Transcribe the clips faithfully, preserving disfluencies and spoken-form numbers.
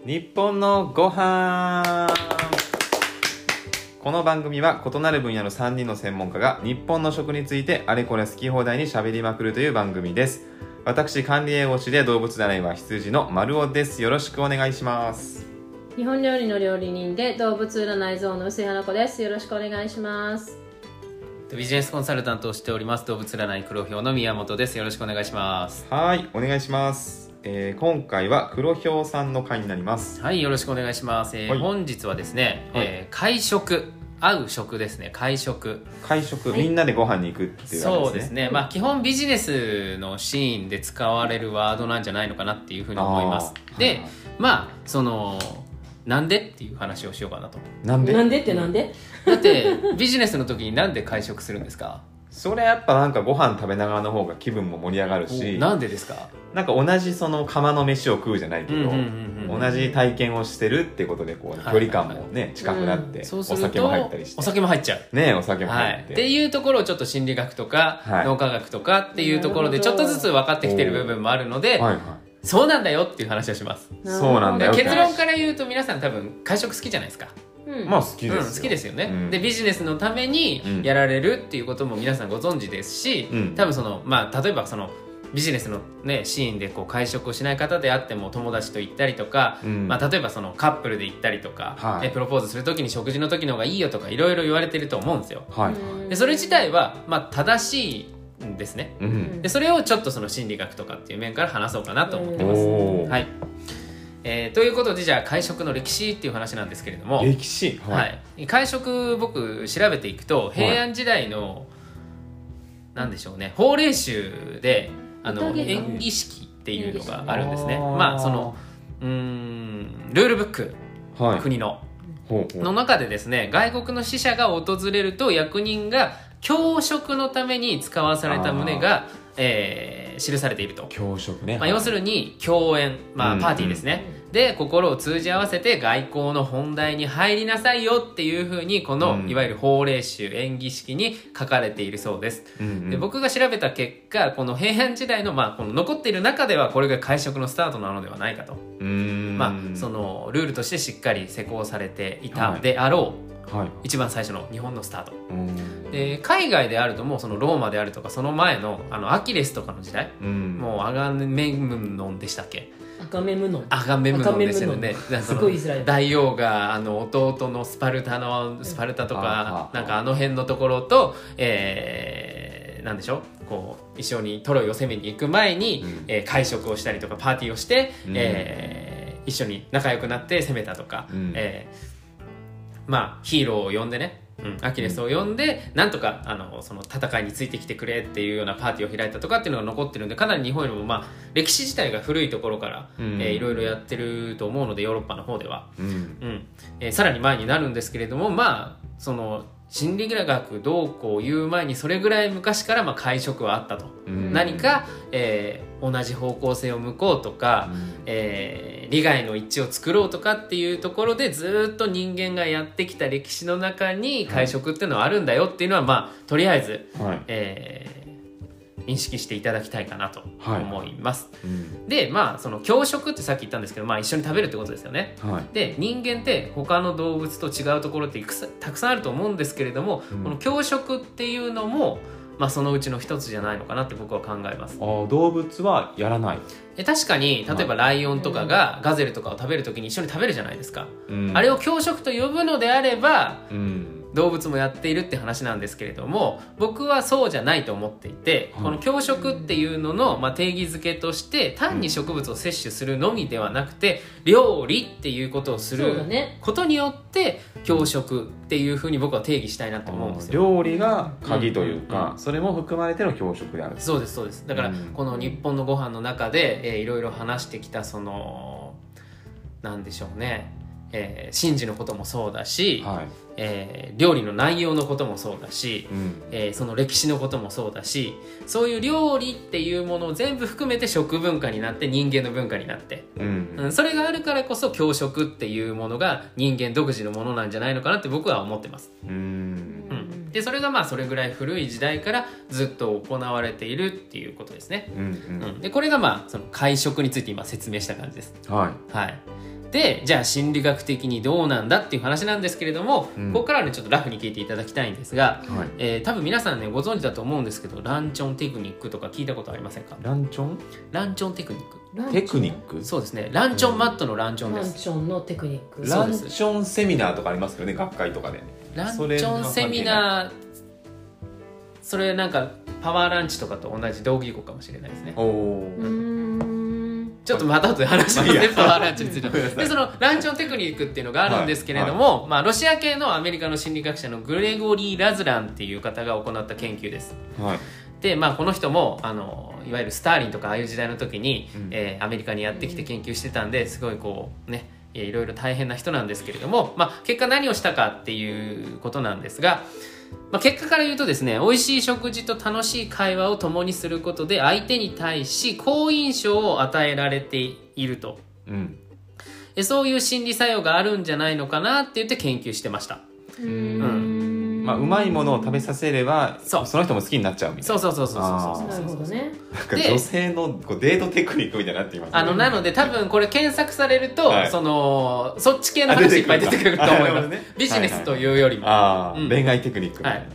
日本のご飯。この番組は異なる分野のさんにんの専門家が日本の食についてあれこれ好き放題に喋りまくるという番組です。私、管理栄養士で動物占いは羊の丸尾です。よろしくお願いします。 日本料理の料理人で動物占い像の薄井花子です。よろしくお願いします。 ビジネスコンサルタントをしております動物占い黒豹の宮本です。よろしくお願いします。 はい、お願いします。えー、今回は黒豹さんの回になります。 はい、よろしくお願いします。えーはい、本日はですね、はいえー、会食会う食ですね。会食会食、はい、みんなでご飯に行くっていう、ね、 そうですね、まあ、基本ビジネスのシーンで使われるワードなんじゃないのかなっていうふうに思います。で、はいはい、まあそのなんでっていう話をしようかなと。 なんでなんでってなんでだってビジネスの時になんで会食するんですか？ それやっぱなんかご飯食べながらの方が気分も盛り上がるし。 なんでですか？ なんか同じその釜の飯を食うじゃないけど、同じ体験をしてるってことでこう距離感もね、はいはい、近くなって、うん、お酒も入ったりして、 お酒も入っちゃうね、お酒も入って、はい、 っていうところをちょっと心理学とか、はい、脳科学とかっていうところでちょっとずつ分かってきてる部分もあるので、はいはい、そうなんだよっていう話をします。 そうなんだよ。 結論から言うと皆さん多分会食好きじゃないですか。 うん、 まあ好きですよ、 うん、好きですよね、うん、でビジネスのためにうんやられるっていうことも皆さんご存知ですし、うん、多分そのまあ例えばそのビジネスの、ね、シーンでこう会食をしない方であっても友達と行ったりとか、うんまあ、例えばそのカップルで行ったりとか、はい、プロポーズするときに食事の時の方がいいよとかいろいろ言われてると思うんですよ、はい、でそれ自体は、まあ、正しいんですね、うん、でそれをちょっとその心理学とかっていう面から話そうかなと思ってます、はいえー、ということでじゃあ会食の歴史っていう話なんですけれども、 歴史、 はいはい、会食僕調べていくと平安時代の、はい、なんでしょうね、法令集であの演技式っていうのがあるんですね。まあそのうーんルールブック、はい、国のほうほうの中でですね、外国の使者が訪れると役人が教食のために使わされた旨が、えー、記されていると。 教食ね、 まあ、要するに共演、まあ、パーティーですね、うんうん、で心を通じ合わせて外交の本題に入りなさいよっていうふうにこの、うん、いわゆる法令集演技式に書かれているそうです、うんうん、で僕が調べた結果この平安時代の、まあ、この残っている中ではこれが会食のスタートなのではないかと。 うーん、 まあ、そのルールとしてしっかり施行されていたであろう、はいはい、一番最初の日本のスタートで、海外であるともうそのローマであるとかその前 の, あのアキレスとかの時代、うん、もうアガメムノンでしたっけ、 アガメムノンアガメムノンですよね。 すごいイスラエル大王があの弟のスパルタのスパルタとか、うん、なんかあの辺のところと、えー、なんでしょう、こう一緒にトロイを攻めに行く前に、うんえー、会食をしたりとかパーティーをして、うんえー、一緒に仲良くなって攻めたとか、うんえーまあ、ヒーローを呼んでね、うん、アキレスを呼んでなんとかあのその戦いについてきてくれっていうようなパーティーを開いたとかっていうのが残ってるんで、かなり日本よりも、まあ、歴史自体が古いところから、うんえー、いろいろやってると思うのでヨーロッパの方では、うんうんえー、さらに前になるんですけれども、まあその心理学どうこう言う前にそれぐらい昔からまあ会食はあったと、うん、何か、えー、同じ方向性を向こうとか、うんえー、利害の一致を作ろうとかっていうところでずっと人間がやってきた歴史の中に会食っていうのはあるんだよっていうのは、まあ、とりあえず、はいえー認識していただきたいかなと思います、はいうん、でまあその共食ってさっき言ったんですけど、まあ、一緒に食べるってことですよね、はい、で人間って他の動物と違うところってたくさんあると思うんですけれども、うん、この共食っていうのも、まあ、そのうちの一つじゃないのかなって僕は考えます。 あ、動物はやらない。 え確かに例えばライオンとかがガゼルとかを食べるときに一緒に食べるじゃないですか、うん、あれを共食と呼ぶのであれば、うん動物もやっているって話なんですけれども、僕はそうじゃないと思っていて、この共食っていうのの、まあ、定義づけとして単に植物を摂取するのみではなくて料理っていうことをすることによって共食っていうふうに僕は定義したいなって思うんですよ。 料理が鍵というか、うんうん、それも含まれての共食である。 そうですそうです。だからこの日本のご飯の中で、えー、いろいろ話してきたそのなんでしょうね、えー、神事のこともそうだし、はいえー、料理の内容のこともそうだし、うんえー、その歴史のこともそうだし、そういう料理っていうものを全部含めて食文化になって人間の文化になって、うんうん、それがあるからこそ共食っていうものが人間独自のものなんじゃないのかなって僕は思ってます。うんうんでそれがまあそれぐらい古い時代からずっと行われているっていうことですね、うんうんうん、でこれがまあその会食について今説明した感じです。 はい、 はいでじゃあ心理学的にどうなんだっていう話なんですけれども、 うん、 ここからはねちょっとラフに聞いていただきたいんですが、 はい、 えー、多分皆さんねご存知だと思うんですけど、ランチョンテクニックとか聞いたことありませんか？ ランチョンランチョンテクニックテクニックそうですね、ランチョンマットのランチョンです。 ランチョンのテクニック。 ランチョンセミナーとかありますよね、学会とかで。 ランチョンセミナー、それなんかパワーランチとかと同じ同義語かもしれないですね。 おお。 ちょっとまた後で話しますね、パワーランチについてでそのランチョンテクニックっていうのがあるんですけれども、はいはい、まあ、ロシア系のアメリカの心理学者のグレゴリー・ラズランっていう方が行った研究です、はい、で、まあ、この人もあのいわゆるスターリンとかああいう時代の時に、うん、えー、アメリカにやってきて研究してたんですごいこうねいろいろ大変な人なんですけれども、まあ、結果何をしたかっていうことなんですが、まあ、結果から言うとですね、美味しい食事と楽しい会話を共にすることで相手に対し好印象を与えられていると、うん、そういう心理作用があるんじゃないのかなって言って研究してました。 うーん、うん、まあ、うまいものを食べさせれば そ, その人も好きになっちゃうみたいな。 そうそうそうそうそうなるほどね。 なんか女性のこうデートテクニックみたいになっていますね。 あのなので多分これ検索されると、はい、そのそっち系の話いっぱい出てくると思います、ね、ビジネスというよりも、 はいはい、あ、うん、恋愛テクニックみたいな、はい、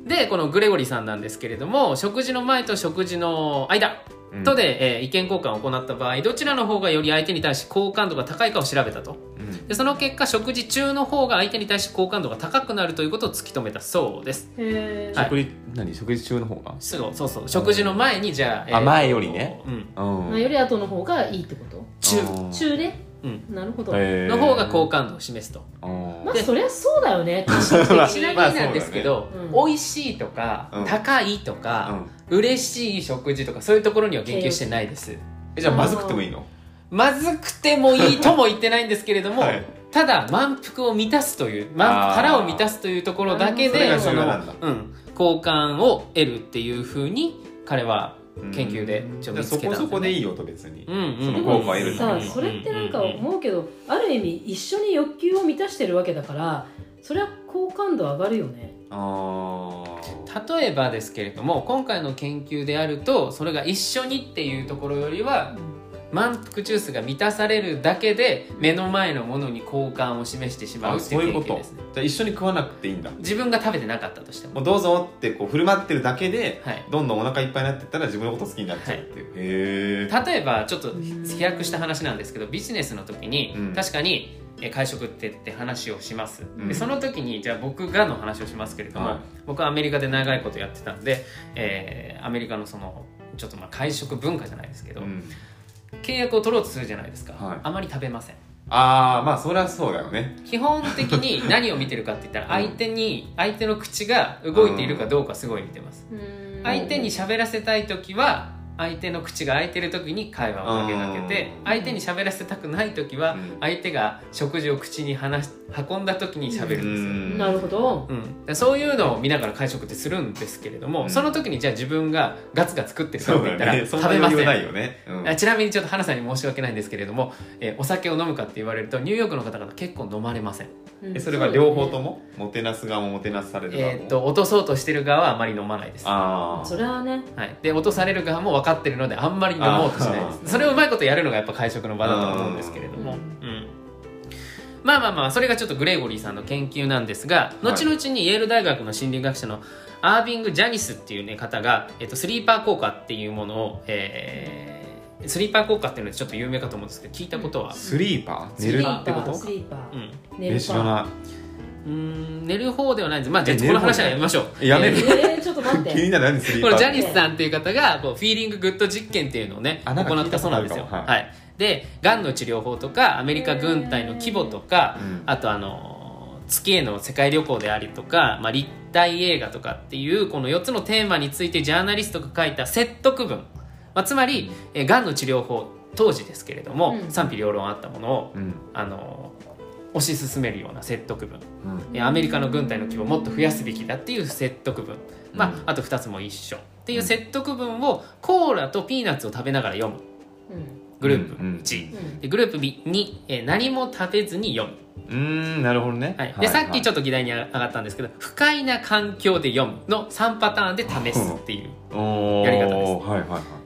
でこのグレゴリーさんなんですけれども、食事の前と食事の間とで、えー、意見交換を行った場合、どちらの方がより相手に対し好感度が高いかを調べたと、うん、でその結果食事中の方が相手に対し好感度が高くなるということを突き止めたそうです。 へー、 はい、 食事何食事中の方がそうそうそう、食事の前にじゃあ、 えー、あ前よりね、 うんうん、より後の方がいいってこと？ 中中で、うん、なるほど、の方が好感度を示すと。 まあそりゃそうだよね。 ちなみになんですけど、まあね、うん、美味しいとか、うん、高いとか、うん、嬉しい食事とかそういうところには言及してないです。 え、じゃあまずくてもいいの？ まずくてもいいとも言ってないんですけれども、はい、ただ満腹を満たすという、腹を満たすというところだけでその、うん、好感を得るっていうふうに彼は研究でちょっと見つけたんですよね。 そこそこでいいよと別に、 うんうん、 その効果を得るために。 それってなんか思うけど、ある意味一緒に欲求を満たしてるわけだから、それは好感度上がるよね。 あ、例えばですけれども、今回の研究であるとそれが一緒にっていうところよりは、うん、満腹中枢が満たされるだけで目の前のものに好感を示してしまうっていう研究ですね。 じゃあ一緒に食わなくていいんだ。 自分が食べてなかったとしても、 もうどうぞってこう振る舞ってるだけで、はい、どんどんお腹いっぱいになっていったら自分のこと好きになっちゃうっていう、はい、へー。 例えばちょっと飛躍した話なんですけど、ビジネスの時に、うん、確かに会食ってって話をします、うん、でその時にじゃあ僕がの話をしますけれども、はい、僕はアメリカで長いことやってたんで、えー、アメリカのそのちょっとまあ会食文化じゃないですけど、うん、契約を取ろうとするじゃないですか、はい、あまり食べません。 ああ、まあそりゃそうだよね。 基本的に何を見てるかって言ったら相手に、相手の口が動いているかどうかすごい見てます。相手に喋らせたい時は相手の口が開いてる時に会話を投げかけて、相手に喋らせたくない時は相手が食事を口に話し運んだ時に喋るんですよ。 なるほど、 うん、そういうのを見ながら会食ってするんですけれども、うん、その時にじゃあ自分がガツガツ食ってるかって言ったら、ね、食べません。ないよね、うん、ちなみにちょっと花さんに申し訳ないんですけれども、えー、お酒を飲むかって言われるとニューヨークの方々結構飲まれません。 えそれは両方とも、もてなす側ももてなされる側も、 えー、と落とそうとしてる側はあまり飲まないです。 あそれはね、 はい、で落とされる側も分かってるのであんまり飲もうとしないです。それをうまいことやるのがやっぱ会食の場だと思うんですけれども、うん、まあまあまあそれがちょっとグレイゴリーさんの研究なんですが、後々にイェール大学の心理学者のアービング・ジャニスっていう、ね、方が、えっと、スリーパー効果っていうものを、えー、スリーパー効果っていうのはちょっと有名かと思うんですけど、聞いたことは？ スリーパー？寝るってこと？ スリーパー、うん、寝るパー。知らない。 うーん、寝る方ではないんです。まあじゃあこの話はやめましょう。 やめる。 えー、ちょっと待って。 気になる。何スリーパー？ これジャニスさんっていう方がこうフィーリンググッド実験っていうのをね行ったそうなんですよ。はい。はい、で、がんの治療法とかアメリカ軍隊の規模とか、うん、あとあの月への世界旅行でありとか、まあ、立体映画とかっていうこのよっつのテーマについてジャーナリストが書いた説得文、まあ、つまりがんの治療法当時ですけれども、うん、賛否両論あったものを、うん、あの推し進めるような説得文、うん、アメリカの軍隊の規模をもっと増やすべきだっていう説得文、うん、まあ、あとふたつも一緒っていう説得文をコーラとピーナッツを食べながら読む、うん、グループいち、うん、でグループ ビーに、えー、何も食べずに読む。 うーん、なるほどね、 はい、で、はい、さっきちょっと議題に上がったんですけど、不快な環境で読むのさんパターンで試すっていうやり方です。はいはいはい、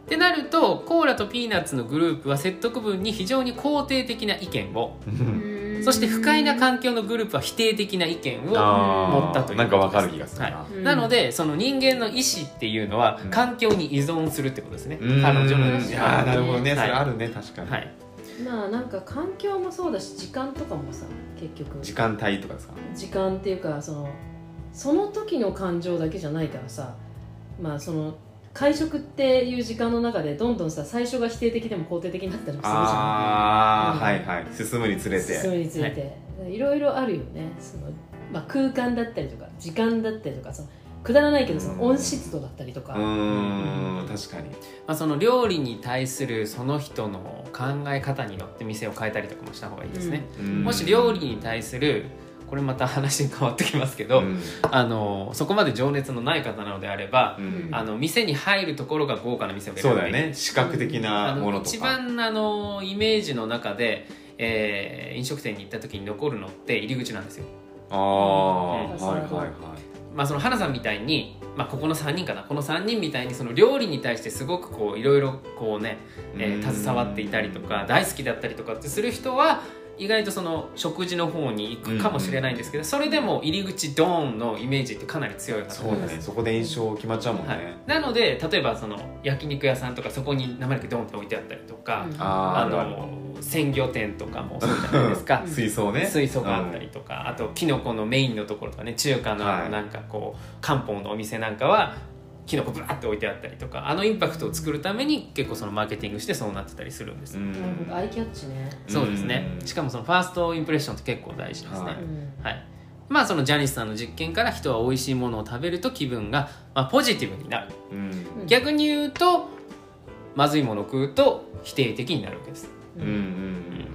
ってなるとコーラとピーナッツのグループは説得文に非常に肯定的な意見をそして不快な環境のグループは否定的な意見を持ったというなんかわかる気がするな、 はい、なのでその人間の意思っていうのは環境に依存するってことですね、 うん、 彼女のいやなるほどね、 はい、 それあるね確かに、 はい、 まあなんか環境もそうだし時間とかもさ結局時間帯とかですか。 時間っていうかそのその時の感情だけじゃないからさ、まあその会食っていう時間の中でどんどんさ最初が否定的でも肯定的になったりもするじゃん。 ああ、 うん、 はいはい、進むにつれて進むにつれて、はい、いろいろあるよね。その、まあ、空間だったりとか時間だったりとかそのくだらないけどその温湿度だったりとか、 うーん確かに、 まあ、その料理に対するその人の考え方によって店を変えたりとかもした方がいいですね、 うん、 もし料理に対するこれまた話変わってきますけど、うん、あのそこまで情熱のない方なのであれば、うん、あの店に入るところが豪華な店を選べる。 そうだよね、視覚的なものとか一番あのイメージの中で、えー、飲食店に行った時に残るのって入り口なんですよ。 ああ、うん、はいはいはい。 まあその花さんみたいに、まあ、ここのさんにんかなこのさんにんみたいにその料理に対してすごくこういろいろこうね、えー、携わっていたりとか大好きだったりとかってする人は意外とその食事の方に行くかもしれないんですけど、うんうん、それでも入り口ドーンのイメージってかなり強いはずです。 そうだね、そこで印象決まっちゃうもんね、はい、 なので例えばその焼肉屋さんとかそこに生肉ドーンって置いてあったりとか、うん、ああの鮮魚店とかもそうじゃないですか水槽ね水槽があったりとか、うん、あとキノコのメインのところとかね中華のなんかこう、はい、漢方のお店なんかはキノコブワーって置いてあったりとかあのインパクトを作るために結構そのマーケティングしてそうなってたりするんです。 なるほど、アイキャッチね。 そうですね。しかもそのファーストインプレッションって結構大事ですね、はいはい、まあそのジャニスさんの実験から人は美味しいものを食べると気分が、まあ、ポジティブになる、うん、逆に言うとまずいものを食うと否定的になるわけです、うんうんうん、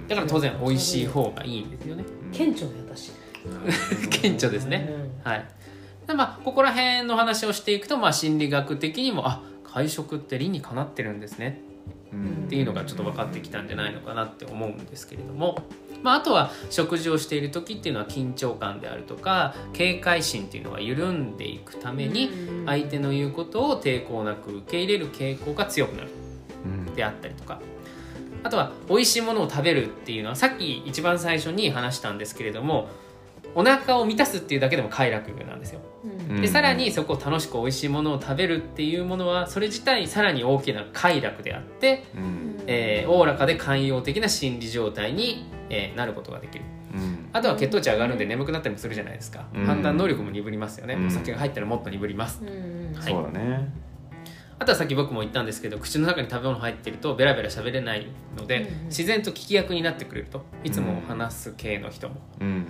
だから当然美味しい方がいいんですよね。 顕著で私顕著ですね、うん、はい。まあ、ここら辺の話をしていくと、まあ、心理学的にもあ会食って理にかなってるんですね、うん、っていうのがちょっと分かってきたんじゃないのかなって思うんですけれども、まあ、あとは食事をしている時っていうのは緊張感であるとか警戒心っていうのが緩んでいくために相手の言うことを抵抗なく受け入れる傾向が強くなるであったりとか、あとは美味しいものを食べるっていうのはさっき一番最初に話したんですけれどもお腹を満たすっていうだけでも快楽なんですよ、うん、でさらにそこを楽しく美味しいものを食べるっていうものはそれ自体さらに大きな快楽であって、うんえー、おおらかで寛容的な心理状態に、えー、なることができる、うん、あとは血糖値上がるんで眠くなったりもするじゃないですか、うん、判断能力も鈍りますよね、うん、お酒が入ったらもっと鈍ります、うんはい、 そうだね。 あとはさっき僕も言ったんですけど口の中に食べ物入ってるとベラベラ喋れないので、うんうん、自然と聞き役になってくれるといつも話す系の人も、うんうんうん、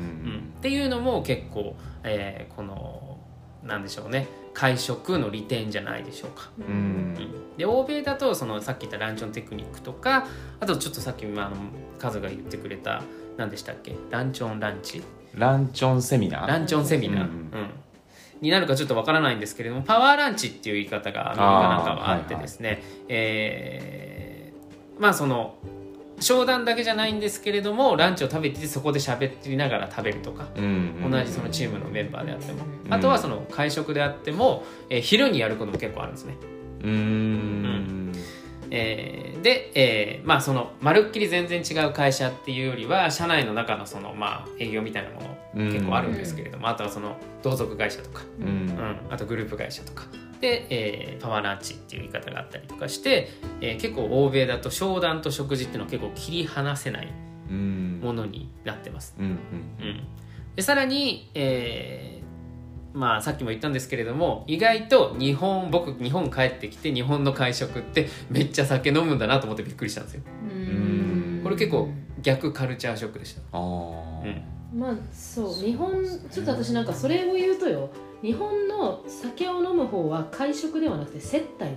っていうのも結構、えー、このなんでしょうね会食の利点じゃないでしょうか、うんうん、で欧米だとそのさっき言ったランチョンテクニックとかあとちょっとさっきあのカズが言ってくれた何でしたっけランチョンランチランチョンセミナーランチョンセミナー、うんうんになるかちょっとわからないんですけれどもパワーランチっていう言い方がアメリカなんかはあってですね、はいはいえー、まあその商談だけじゃないんですけれどもランチを食べててそこで喋りながら食べるとか、うんうん、同じそのチームのメンバーであっても、うん、あとはその会食であっても、えー、昼にやることも結構あるんですね。うーん、うんえー、で、えー、まあそのまるっきり全然違う会社っていうよりは社内の中のそのまあ営業みたいなもの結構あるんですけれども、うん、あとはその同族会社とか、うんうん、あとグループ会社とかで、えー、パワーランチっていう言い方があったりとかして、えー、結構欧米だと商談と食事っていうのは結構切り離せないものになってます、うんうんうん、でさらに、えーまあ、さっきも言ったんですけれども意外と日本僕日本帰ってきて日本の会食ってめっちゃ酒飲むんだなと思ってびっくりしたんですよ。うんこれ結構逆カルチャーショックでした。あ、 うん、まあそう日本ちょっと私なんかそれを言うとよ日本の酒を飲む方は会食ではなくて接待で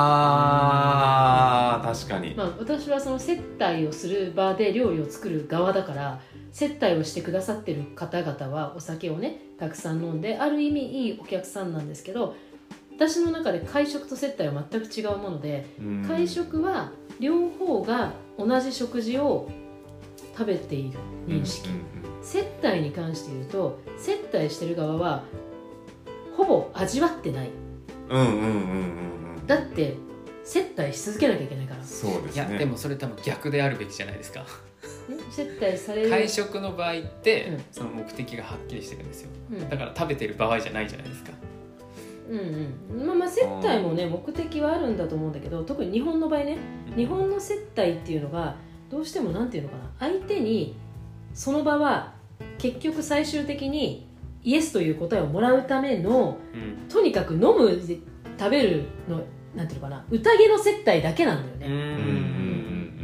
あー確かに、 まあ、私はその接待をする場で料理を作る側だから接待をしてくださってる方々はお酒をねたくさん飲んである意味いいお客さんなんですけど私の中で会食と接待は全く違うもので会食は両方が同じ食事を食べている認識、うんうんうん、接待に関して言うと接待してる側はほぼ味わってない、うんうんうんうん、だって接待し続けなきゃいけないから。 そうですね。 いやでもそれ多分逆であるべきじゃないですか。 接待される会食の場合って、 うん、 その目的がはっきりしてるんですよ、 うん、 だから食べてる場合じゃないじゃないですか。 うんうん、まあまあ接待もね目的はあるんだと思うんだけど、特に日本の場合ね、日本の接待っていうのがどうしてもなんていうのかな、相手にその場は結局最終的にイエスという答えをもらうための、うん、とにかく飲む食べるのなんていうのかな、宴の接待だけなんだよね。うん、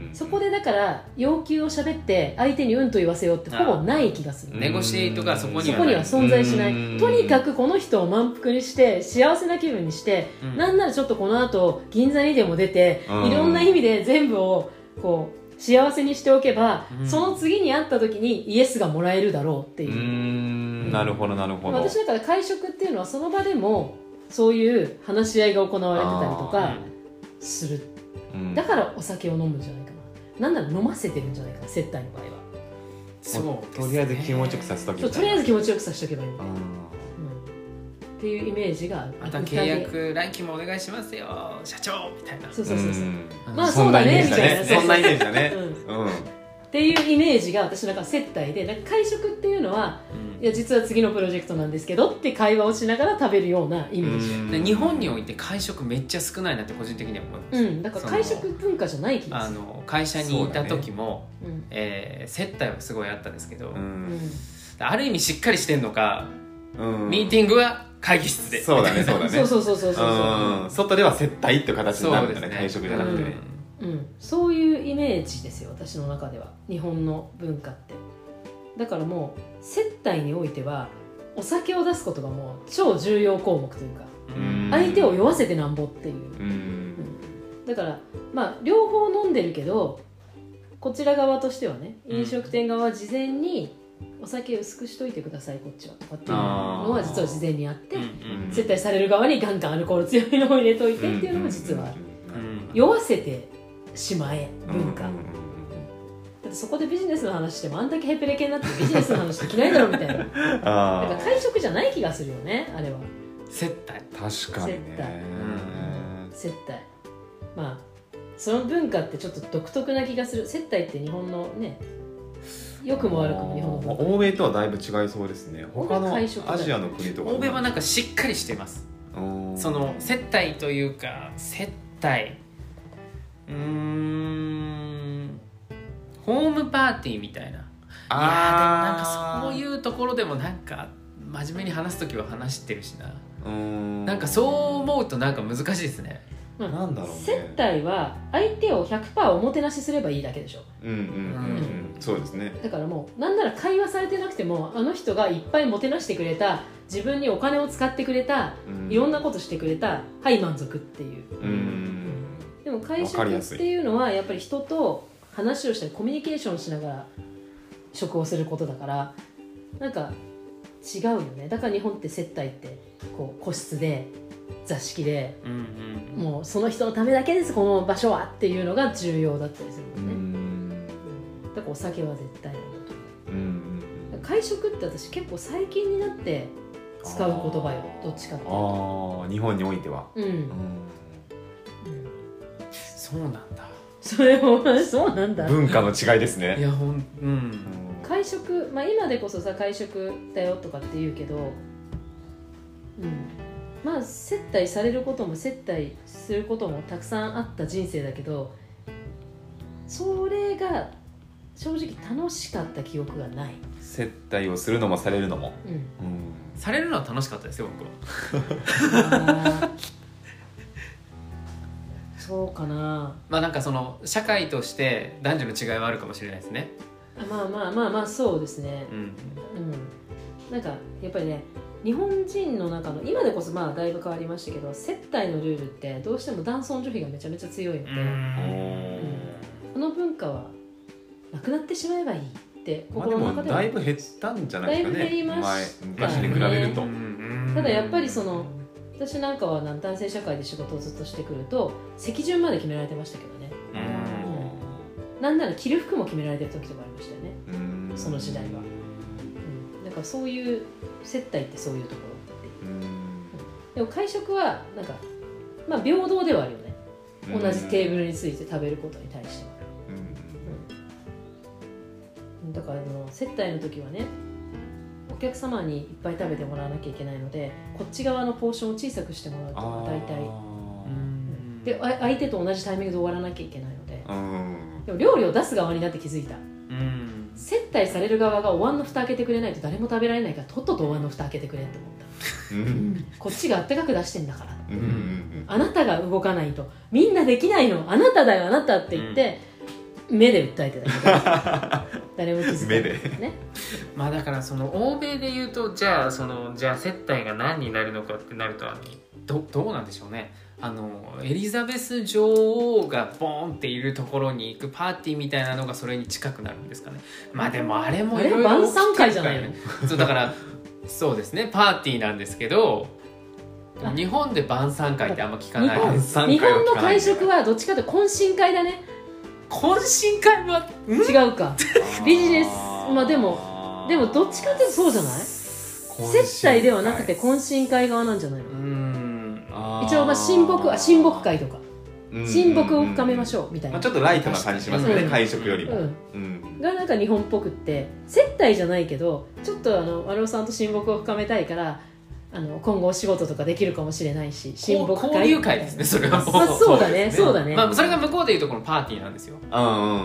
そこでだから要求を喋って相手にうんと言わせようってほぼない気がする。 ネゴシエイトがそこにはない、 そこには存在しない。とにかくこの人を満腹にして幸せな気分にして、うん、なんならちょっとこの後銀座にでも出ていろんな意味で全部をこう幸せにしておけば、うん、その次に会った時にイエスがもらえるだろうっていう。うーん、なるほどなるほど。 私だから会食っていうのはその場でもそういう話し合いが行われてたりとかする、うん、だからお酒を飲むんじゃないかな。なんなら飲ませてるんじゃないかな、接待の場合は。 そうとりあえず気持ちよくさせとけばいい。 とりあえず気持ちよくさせとけばいいみたいな、うん、っていうイメージがある。 また契約来期もお願いしますよ社長みたいな。 そうそうそうそう、うん、 まあそうだねみたいな、そんなイメージだね、うんうん、 っていうイメージが私なんか接待で、なんか会食っていうのは、うん、いや実は次のプロジェクトなんですけどって会話をしながら食べるようなイメージ。 で日本において会食めっちゃ少ないなって個人的には思います、 うん、だから会食文化じゃない気がする。 あの会社にいた時も、ね、うんえー、接待はすごいあったんですけど、うん、ある意味しっかりしてんのか、うん、ミーティングは会議室で、 そうだねそうだねそうそうそうそうそう、うん、 外では接待っていう形になるんだね、会食じゃなくてね、 うんうん、そういうイメージですよ私の中では日本の文化って。だからもう接待においてはお酒を出すことがもう超重要項目というか、うん相手を酔わせてなんぼっていう、うんうん、だからまあ両方飲んでるけどこちら側としてはね、飲食店側は事前にお酒薄くしといてくださいこっちはとかっていうのは実は事前にあって、接待される側にガンガンアルコール強いのを入れといてっていうのも実はある。酔わせてしまえ文化、だってそこでビジネスの話してもあんだけヘペレケになってビジネスの話できないだろうみたいなだから会食じゃない気がするよねあれは。 接待確かにね、 接待、うん、接待まあその文化ってちょっと独特な気がする。接待って日本のね良くも悪くも日本の文化、 欧米とはだいぶ違いそうですね。他のアジアの国とか欧米はなんかしっかりしてます。その接待というか接待うーんホームパーティーみたいな。いやでもなんかそういうところでもなんか真面目に話すときは話してるしな。うーんなんかそう思うとなんか難しいですね。 うん、なんだろうね、接待は相手を ひゃくパーセント おもてなしすればいいだけでしょ。 うんうんうん、うん、そうですね。 だからもうなんなら会話されてなくてもあの人がいっぱいもてなしてくれた、自分にお金を使ってくれた、うん、いろんなことしてくれた、はい満足っていう、うんうん、でも会食っていうのはやっぱり人と話をしたりコミュニケーションしながら食をすることだからなんか違うよね。だから日本って接待ってこう個室で座敷で、うんうん、もうその人のためだけですこの場所はっていうのが重要だったりするもんね。うんだからお酒は絶対なんだと思う、うんうん、会食って私結構最近になって使う言葉よ、どっちかっていうと。 あ日本においては、うんうんうん、 そうなんだ。 それもそうなんだ。 文化の違いですね。 いやほん、うん、 会食、まあ、今でこそさ会食だよとかって言うけど、うんまあ、接待されることも接待することもたくさんあった人生だけどそれが正直楽しかった記憶がない。 接待をするのもされるのも、うんうん、 されるのは楽しかったですよ僕はそうかな。 まあなんかその社会として男女の違いはあるかもしれないですね。 まあまあまあまあそうですね、うんうん、なんかやっぱりね日本人の中の今でこそまあだいぶ変わりましたけど接待のルールってどうしても男尊女卑がめちゃめちゃ強いので、うん、この文化はなくなってしまえばいいって心の中では、 まあ、でもだいぶ減ったんじゃないですかね。 だいぶ減りましたね。 昔に比べると。 ただやっぱりその私なんかは男性社会で仕事をずっとしてくると席順まで決められてましたけどね、うん、なんなら着る服も決められてる時とかありましたよね、うんその時代は、うん、だからそういう接待ってそういうところっていう、うん、でも会食はなんか、まあ、平等ではあるよね。 同じテーブルについて食べることに対しては、うん、だからあの接待の時はねお客様にいっぱい食べてもらわなきゃいけないのでこっち側のポーションを小さくしてもらうとか大体、うん、で相手と同じタイミングで終わらなきゃいけないので、でも料理を出す側になって気づいた、うん、接待される側がお椀の蓋開けてくれないと誰も食べられないからとっととお椀の蓋開けてくれって思った、うん、こっちがあったかく出してんだから、うん、あなたが動かないとみんなできないのあなただよあなたって言って、うん、目で訴えてたけど誰も気づかないですねまあだからその欧米で言うとじゃあそのじゃあ接待が何になるのかってなるとあの ど, どうなんでしょうね。あのエリザベス女王がボーンっているところに行くパーティーみたいなのがそれに近くなるんですかね。まあでもあれもいろいろ晩餐会じゃないのそうだからそうですねパーティーなんですけど日本で晩餐会ってあんま聞かない。 日本, 日本の会食はどっちかというと懇親会だね。 懇親会は違うかビジネスまあでもでもどっちかというとそうじゃない。接待ではなくて懇親会側なんじゃないの。うんあ一応まあ親睦あ親睦会とか親睦を深めましょうみたいな、 まあ、ちょっとライトな感じしますよね、うん、会食よりも、うんうん、がなんか日本っぽくって接待じゃないけどちょっとあの丸尾さんと親睦を深めたいからあの今後お仕事とかできるかもしれないし親睦会交流会ですねそれはもう、 まあ、そうだねそうだね、 まあ、それが向こうでいうとこのパーティーなんですよ。 うんうんうん、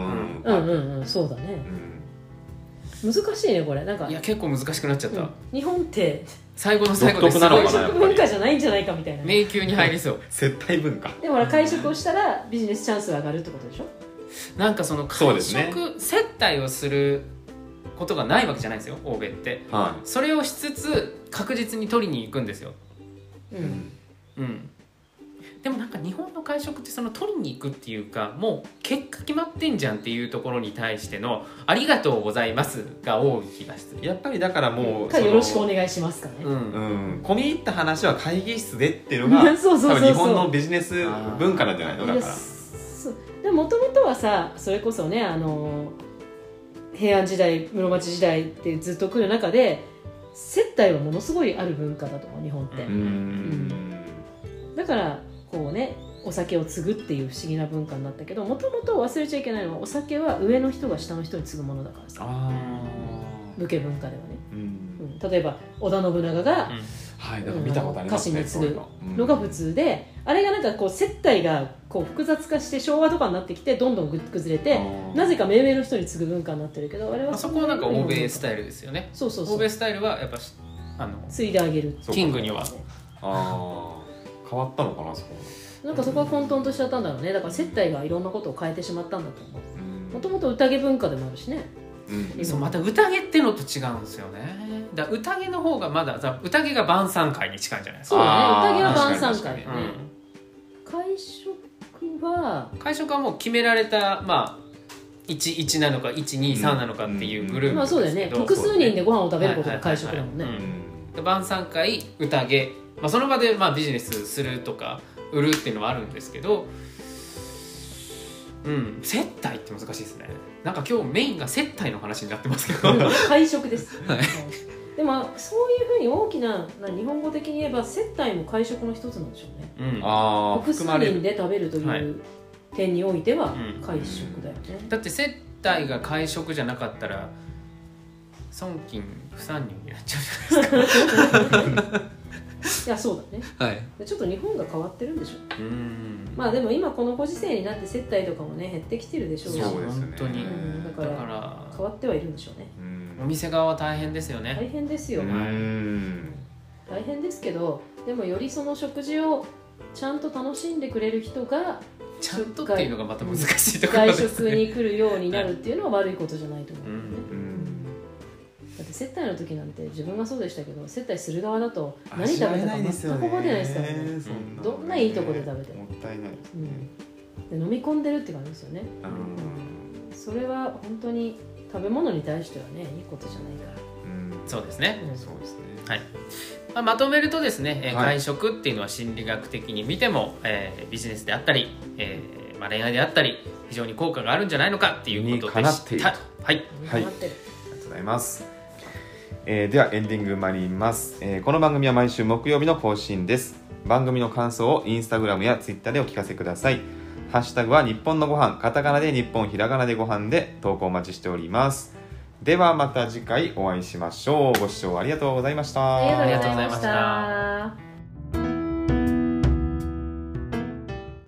うんうんうん、そうだね、うん、難しいねこれなんかいや結構難しくなっちゃった、うん、 日本って最後の最後ですごい会食文化じゃないんじゃないかみたいな、ね、 迷宮に入りそう接待文化でも会食をしたらビジネスチャンスが上がるってことでしょ。 なんかその会食、ね、接待をすることがないわけじゃないですよ欧米って、はい、それをしつつ確実に取りに行くんですよ。うんうん、でもなんか日本の会食ってその取りに行くっていうかもう結果決まってんじゃんっていうところに対してのありがとうございますが多い気がする。 やっぱりだからもうよろしくお願いしますかね、 うんうん、込み入った話は会議室でっていうのがそうそうそうそう多分日本のビジネス文化なんじゃないのだから。 でもともとはさそれこそねあの平安時代室町時代ってずっと来る中で接待はものすごいある文化だと思う日本って。うんうんだからこうねお酒を継ぐっていう不思議な文化になったけどもともと忘れちゃいけないのはお酒は上の人が下の人に継ぐものだからさあ武家文化ではね、うんうん、例えば織田信長が、うんはい、なんか見たことありますね、 家臣に継ぐのが普通で、うん、あれがなんかこう接待がこう複雑化して昭和とかになってきてどんどん崩れてなぜか目上の人に継ぐ文化になってるけどあれはそ, そこはなんか欧米スタイルですよね。 そうそうそう欧米スタイルはやっぱあの継いであげるキングにはあ変わったのかなそこなんかそこは混沌としちゃったんだろうね。だから接待がいろんなことを変えてしまったんだと思う。もともと宴文化でもあるしね、 うん、そうまた宴ってのと違うんですよね。だから宴の方がまだ宴が晩餐会に近いんじゃないですか。 そうだね宴は晩餐会だね、うん、会食は会食はもう決められたまあいちいちなのかいちにさんなのかっていうグループですけど、うんまあそうだよね複数人でご飯を食べることが会食だもんね。 晩餐会宴、まあ、その場でまあビジネスするとか売るっていうのはあるんですけど、うん、接待って難しいですね。なんか今日メインが接待の話になってますけど会食です、はい、でもそういうふうに大きな日本語的に言えば接待も会食の一つなんでしょうね、うん、あ複数人で食べるという点においては会食だよね、 うんうん、だって接待が会食じゃなかったら損金不参入になっちゃうじゃないですかいやそうだね、はい、ちょっと日本が変わってるんでしょう。うんまあでも今このご時世になって接待とかもね減ってきてるでしょうしそうですね本当に、 うん、だから変わってはいるんでしょうね。 うんお店側は大変ですよね。 大変ですよ、うん大変ですけどでもよりその食事をちゃんと楽しんでくれる人がちゃんとっていうのがまた難しいところですね。 外食に来るようになるっていうのは悪いことじゃないと思うんだよね、うんうんだって接待の時なんて自分がそうでしたけど接待する側だと何食べたか全く覚えてないですからね。どんないいとこで食べてももったいないですね、 うん、で飲み込んでるって感じですよね、うん、それは本当に食べ物に対してはねいいことじゃないから、 うん、そうですね、 うん、そうですね、 はいまあ、まとめるとですね、えーはい、会食っていうのは心理学的に見ても、えー、ビジネスであったり、えーまあ、恋愛であったり非常に効果があるんじゃないのかっていうことでした。はい、 はい、ありがとうございます。えー、ではエンディング参ります、えー、この番組は毎週木曜日の更新です。番組の感想をインスタグラムやツイッターでお聞かせください。 ハッシュタグは日本のご飯、カタカナで日本、ひらがなでご飯で投稿お待ちしております。ではまた次回お会いしましょう。ご視聴ありがとうございました。 ありがとうございました。